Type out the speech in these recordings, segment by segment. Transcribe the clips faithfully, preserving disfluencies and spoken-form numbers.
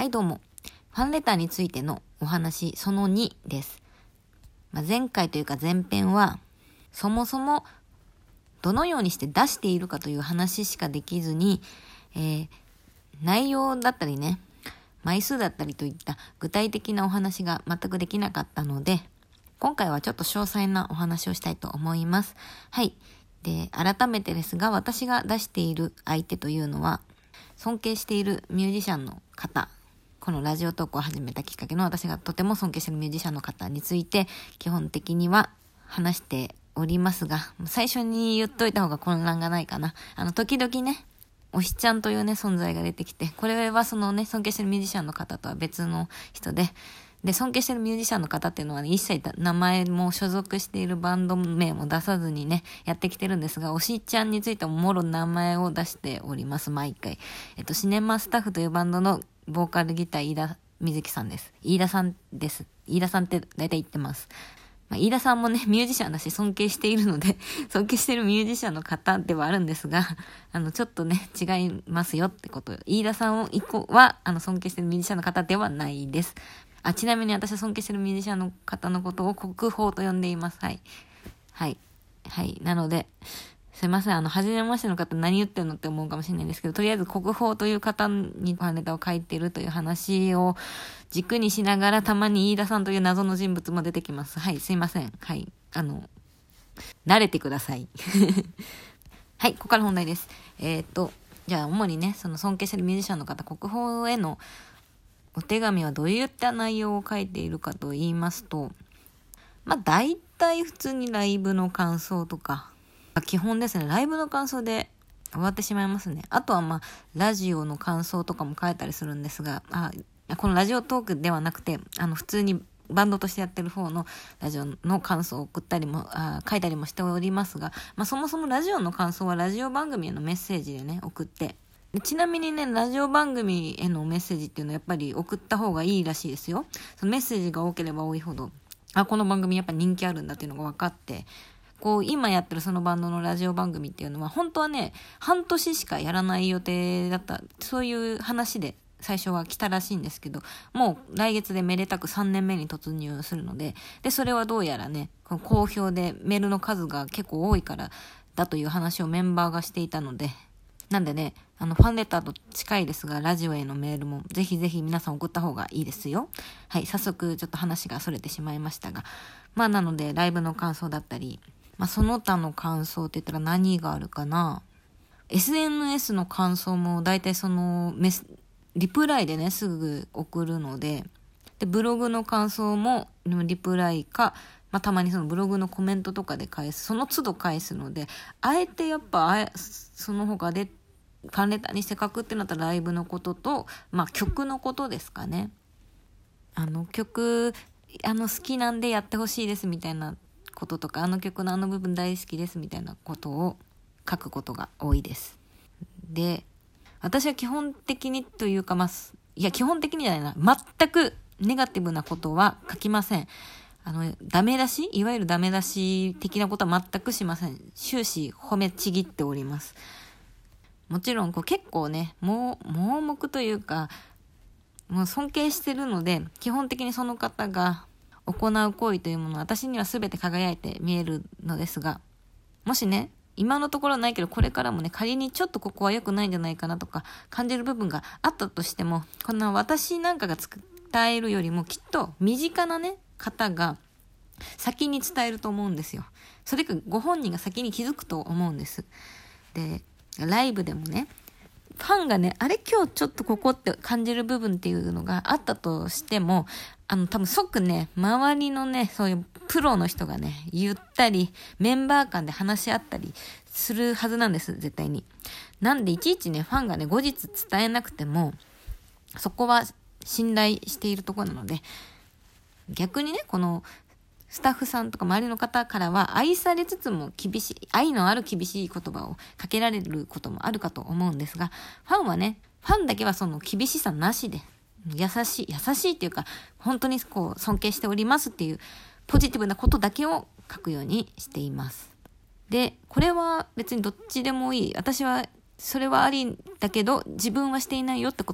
はいどうも。ファンレターについてのお話そのにです。まあ、前回というか前編はそもそもどのようにして出しているかという話しかできずに、えー、内容だったりね、枚数だったりといった具体的なお話が全くできなかったので、今回はちょっと詳細なお話をしたいと思います。はい。で、改めてですが、私が出している相手というのは、尊敬しているミュージシャンの方、このラジオトークを始めたきっかけの私がとても尊敬しているミュージシャンの方について基本的には話しておりますが、最初に言っといた方が混乱がないかな。あの、時々ね、おしちゃんというね、存在が出てきて、これはそのね、尊敬しているミュージシャンの方とは別の人で、で、尊敬しているミュージシャンの方っていうのはね、一切名前も所属しているバンド名も出さずにね、やってきてるんですが、おしちゃんについてももろ名前を出しております、毎回。えっと、シネマスタッフというバンドのボーカルギター、飯田瑞希さんです。飯田さんです。飯田さんって大体言ってます。まあ、飯田さんもね、ミュージシャンだし尊敬しているので、尊敬しているミュージシャンの方ではあるんですが、あの、ちょっとね、違いますよってこと。飯田さんを一個は、あの、尊敬しているミュージシャンの方ではないです。あ、ちなみに私は尊敬しているミュージシャンの方のことを国宝と呼んでいます。はい。はい。はい。なので、すいません。あの、初めましての方何言ってんのって思うかもしれないんですけど、とりあえず国宝という方にファンレターを書いているという話を軸にしながら、たまに飯田さんという謎の人物も出てきます。はい、すいません。はい。あの、慣れてください。はい、ここから本題です。えーっと、じゃあ、主にね、その尊敬しているミュージシャンの方、国宝へのお手紙はどういった内容を書いているかと言いますと、まあ、大体普通にライブの感想とか、基本ですね。ライブの感想で終わってしまいますね。あとはまあ、ラジオの感想とかも書いたりするんですが、あ、このラジオトークではなくて、あの、普通にバンドとしてやってる方のラジオの感想を送ったりも、あ、書いたりもしておりますが、まあ、そもそもラジオの感想はラジオ番組へのメッセージでね、送って、ちなみにね、ラジオ番組へのメッセージっていうのはやっぱり送った方がいいらしいですよ。そのメッセージが多ければ多いほど、あ、この番組やっぱ人気あるんだっていうのが分かって、こう今やってるそのバンドのラジオ番組っていうのは本当はね、半年しかやらない予定だった、そういう話で最初は来たらしいんですけど、もう来月でめでたくさんねんめに突入するので、でそれはどうやらね、この好評でメールの数が結構多いからだという話をメンバーがしていたので、なんでね、あのファンレターと近いですが、ラジオへのメールもぜひぜひ皆さん送った方がいいですよ。はい、早速ちょっと話がそれてしまいましたが、まあなのでライブの感想だったり、まあ、その他の感想って言ったら何があるかな。 エスエヌエス の感想もだいたいそのメスリプライでねすぐ送るので、でブログの感想もリプライか、まあ、たまにそのブログのコメントとかで返す、その都度返すので、あえてやっぱあえその他でファンレターにして書くってなったらライブのことと、まあ、曲のことですかね。あの曲あの好きなんでやってほしいですみたいなこととか、あの曲のあの部分大好きですみたいなことを書くことが多いです。で、私は基本的にというか、まあ、いや基本的にじゃないな、全くネガティブなことは書きません。あのダメ出し、いわゆるダメ出し的なことは全くしません。終始褒めちぎっております。もちろんこう結構ね、もう盲目というか、もう尊敬してるので、基本的にその方が行う行為というものは私には全て輝いて見えるのですが、もしね、今のところないけどこれからもね、仮にちょっとここは良くないんじゃないかなとか感じる部分があったとしても、こんな私なんかが伝えるよりもきっと身近なね方が先に伝えると思うんですよ。それかご本人が先に気づくと思うんです。で、ライブでもね、ファンがね、あれ今日ちょっとここって感じる部分っていうのがあったとしても、あの多分即ね、周りのね、そういうプロの人がね、言ったり、メンバー間で話し合ったりするはずなんです、絶対に。なんでいちいちね、ファンがね、後日伝えなくても、そこは信頼しているところなので、逆にね、この、スタッフさんとか周りの方からは愛されつつも厳しい、愛のある厳しい言葉をかけられることもあるかと思うんですが、ファンはね、ファンだけはその厳しさなしで、優しい、優しいっていうか、本当にこう尊敬しておりますっていうポジティブなことだけを書くようにしています。で、これは別にどっちでもいい。私はそれはありだけど、自分はしていないよってことを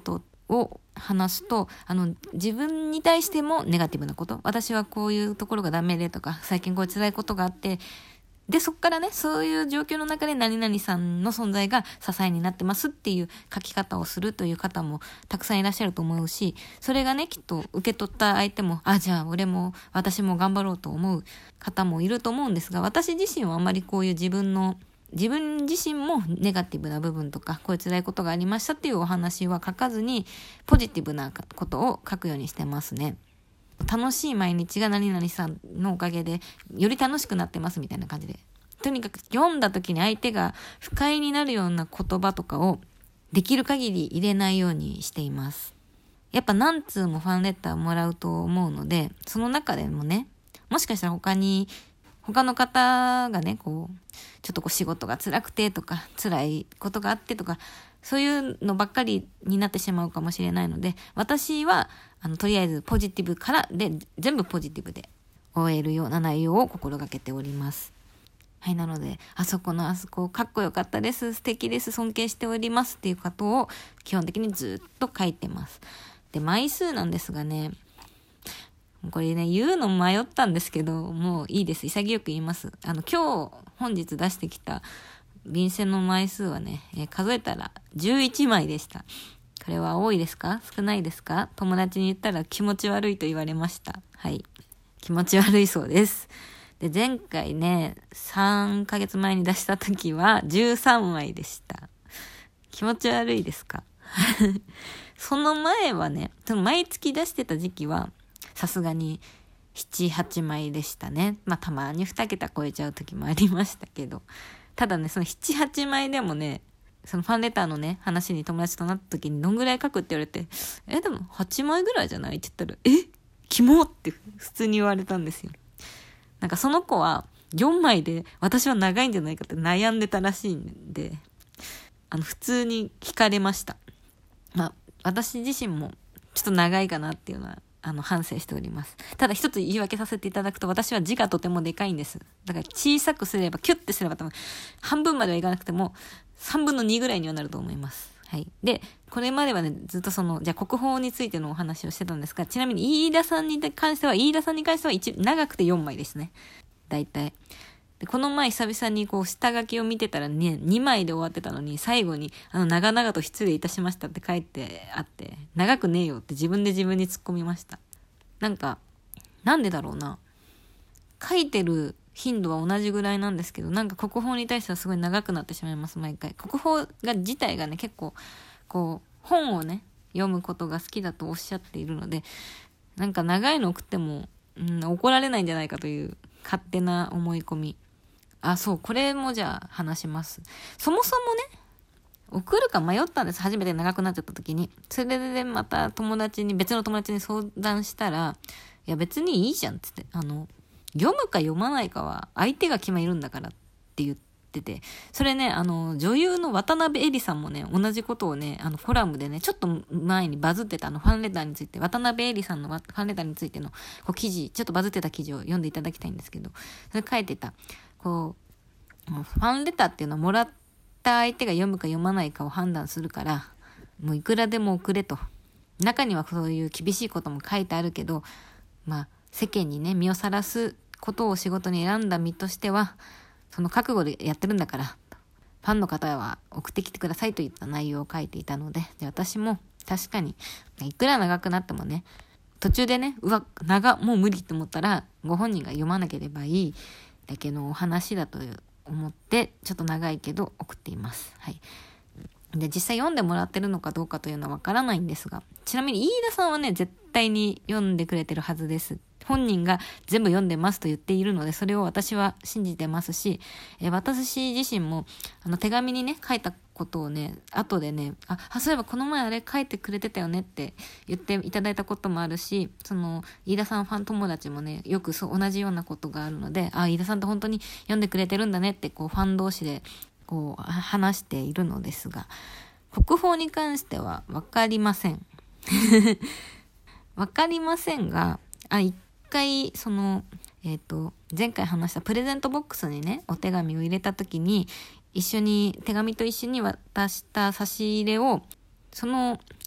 を話すと、あの、自分に対してもネガティブなこと。私はこういうところがダメでとか、最近こういう辛いことがあって、で、そっからね、そういう状況の中で何々さんの存在が支えになってますっていう書き方をするという方もたくさんいらっしゃると思うし、それがね、きっと受け取った相手も、あ、じゃあ俺も私も頑張ろうと思う方もいると思うんですが、私自身はあんまりこういう自分の、自分自身もネガティブな部分とか、こういう辛いことがありましたっていうお話は書かずに、ポジティブなことを書くようにしてますね。楽しい毎日が何々さんのおかげでより楽しくなってますみたいな感じで、とにかく読んだ時に相手が不快になるような言葉とかをできる限り入れないようにしています。やっぱ何通もファンレターもらうと思うので、その中でもね、もしかしたら他に他の方がね、こうちょっとこう仕事が辛くてとか辛いことがあってとか、そういうのばっかりになってしまうかもしれないので、私はあのとりあえずポジティブからで全部ポジティブで終えるような内容を心がけております。はい、なので、あそこのあそこかっこよかったです、素敵です、尊敬しておりますっていうことを基本的にずっと書いてます。で、枚数なんですがね、これね、言うの迷ったんですけど、もういいです。潔く言います。あの、今日、本日出してきた便箋の枚数はね、えー、数えたらじゅういちまいでした。これは多いですか？少ないですか？友達に言ったら気持ち悪いと言われました。はい。気持ち悪いそうです。で、前回ね、さんかげつまえに出した時はじゅうさんまいでした。気持ち悪いですか？その前はね、その毎月出してた時期は、さすがになな、はちまいでしたね。まあたまにに桁超えちゃう時もありましたけど。ただね、そのなな、はちまいでもね、そのファンレターのね、話に友達となった時にどんぐらい書くって言われて、え、でもはちまいぐらいじゃないって言ったら、え、キモって普通に言われたんですよ。なんかその子はよんまいで私は長いんじゃないかって悩んでたらしいんで、あの普通に聞かれました。まあ私自身もちょっと長いかなっていうのはあの反省しております。ただ一つ言い訳させていただくと、私は字がとてもでかいんです。だから小さくすれば、キュッてすれば多分半分まではいかなくてもさんぶんのにぐらいにはなると思います。はい。で、これまではね、ずっとその、じゃあ国宝についてのお話をしてたんですが、ちなみに飯田さんに関しては、飯田さんに関しては一長くてよんまいですね。大体。で、この前久々にこう下書きを見てたらね、にまいで終わってたのに、最後に、あの、長々と失礼いたしましたって書いてあって、長くねえよって自分で自分に突っ込みました。なんか、なんでだろうな。書いてる頻度は同じぐらいなんですけど、なんか国宝に対してはすごい長くなってしまいます、毎回。国宝が自体がね、結構、こう、本をね、読むことが好きだとおっしゃっているので、なんか長いの送っても、うん、怒られないんじゃないかという勝手な思い込み。あ、そう、これもじゃあ話します。そもそもね、送るか迷ったんです。初めて長くなっちゃった時に。それでまた友達に、別の友達に相談したら、いや別にいいじゃんっつって、あの、読むか読まないかは相手が決めるんだからって言ってて、それね、あの、女優の渡辺恵里さんもね、同じことをね、あの、コラムでね、ちょっと前にバズってたあの、ファンレターについて、渡辺恵里さんのファンレターについての、こう、記事、ちょっとバズってた記事を読んでいただきたいんですけど、それ書いてた、こう、ファンレターっていうのはもらった相手が読むか読まないかを判断するから、もういくらでも送れと。中にはそういう厳しいことも書いてあるけど、まあ、世間にね、身をさらすことを仕事に選んだ身としては、その覚悟でやってるんだから、ファンの方は送ってきてくださいといった内容を書いていたので、で私も確かに、いくら長くなってもね、途中でね、うわ、長、もう無理って思ったら、ご本人が読まなければいいだけのお話だと思って、ちょっと長いけど送っています。はい。で、実際読んでもらってるのかどうかというのはわからないんですが、ちなみに飯田さんはね、絶対に読んでくれてるはずです。本人が全部読んでますと言っているので、それを私は信じてますし、え私自身もあの手紙にね書いたことをね、後でね、あ、あそういえばこの前あれ書いてくれてたよねって言っていただいたこともあるし、その飯田さんファン友達もね、よくそう同じようなことがあるので、あ、飯田さんって本当に読んでくれてるんだねってこうファン同士でこう話しているのですが、国宝に関しては分かりません分かりませんが、あ、一回そのえっと前回話したプレゼントボックスにねお手紙を入れた時に、一緒に手紙と一緒に渡した差し入れをその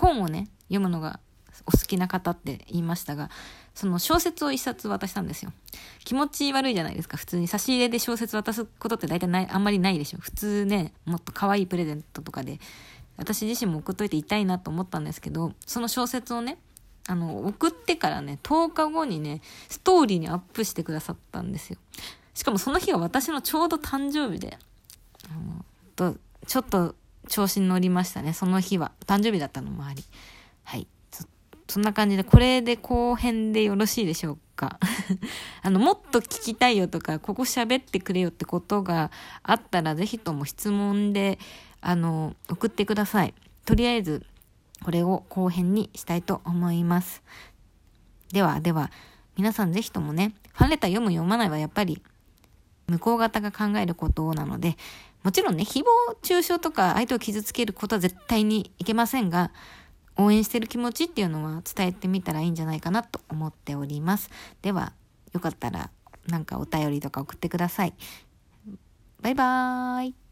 本をね読むのがお好きな方って言いましたが、その小説を一冊渡したんですよ。気持ち悪いじゃないですか。普通に差し入れで小説渡すことって大体ない、あんまりないでしょ。普通ね、もっと可愛いプレゼントとかで私自身も送っといていたいなと思ったんですけど、その小説をねあの送ってからねとおかごにねストーリーにアップしてくださったんですよ。しかもその日は私のちょうど誕生日で、あのとちょっと調子に乗りましたね。その日は誕生日だったのもあり、はい、そ, そんな感じで、これで後編でよろしいでしょうかあのもっと聞きたいよとか、ここ喋ってくれよってことがあったらぜひとも質問であの送ってください。とりあえずこれを後編にしたいと思います。ではでは皆さんぜひともね、ファンレター読む読まないはやっぱり向こう方が考えることなので、もちろんね誹謗中傷とか相手を傷つけることは絶対にいけませんが、応援してる気持ちっていうのは伝えてみたらいいんじゃないかなと思っております。ではよかったらなんかお便りとか送ってください。バイバーイ。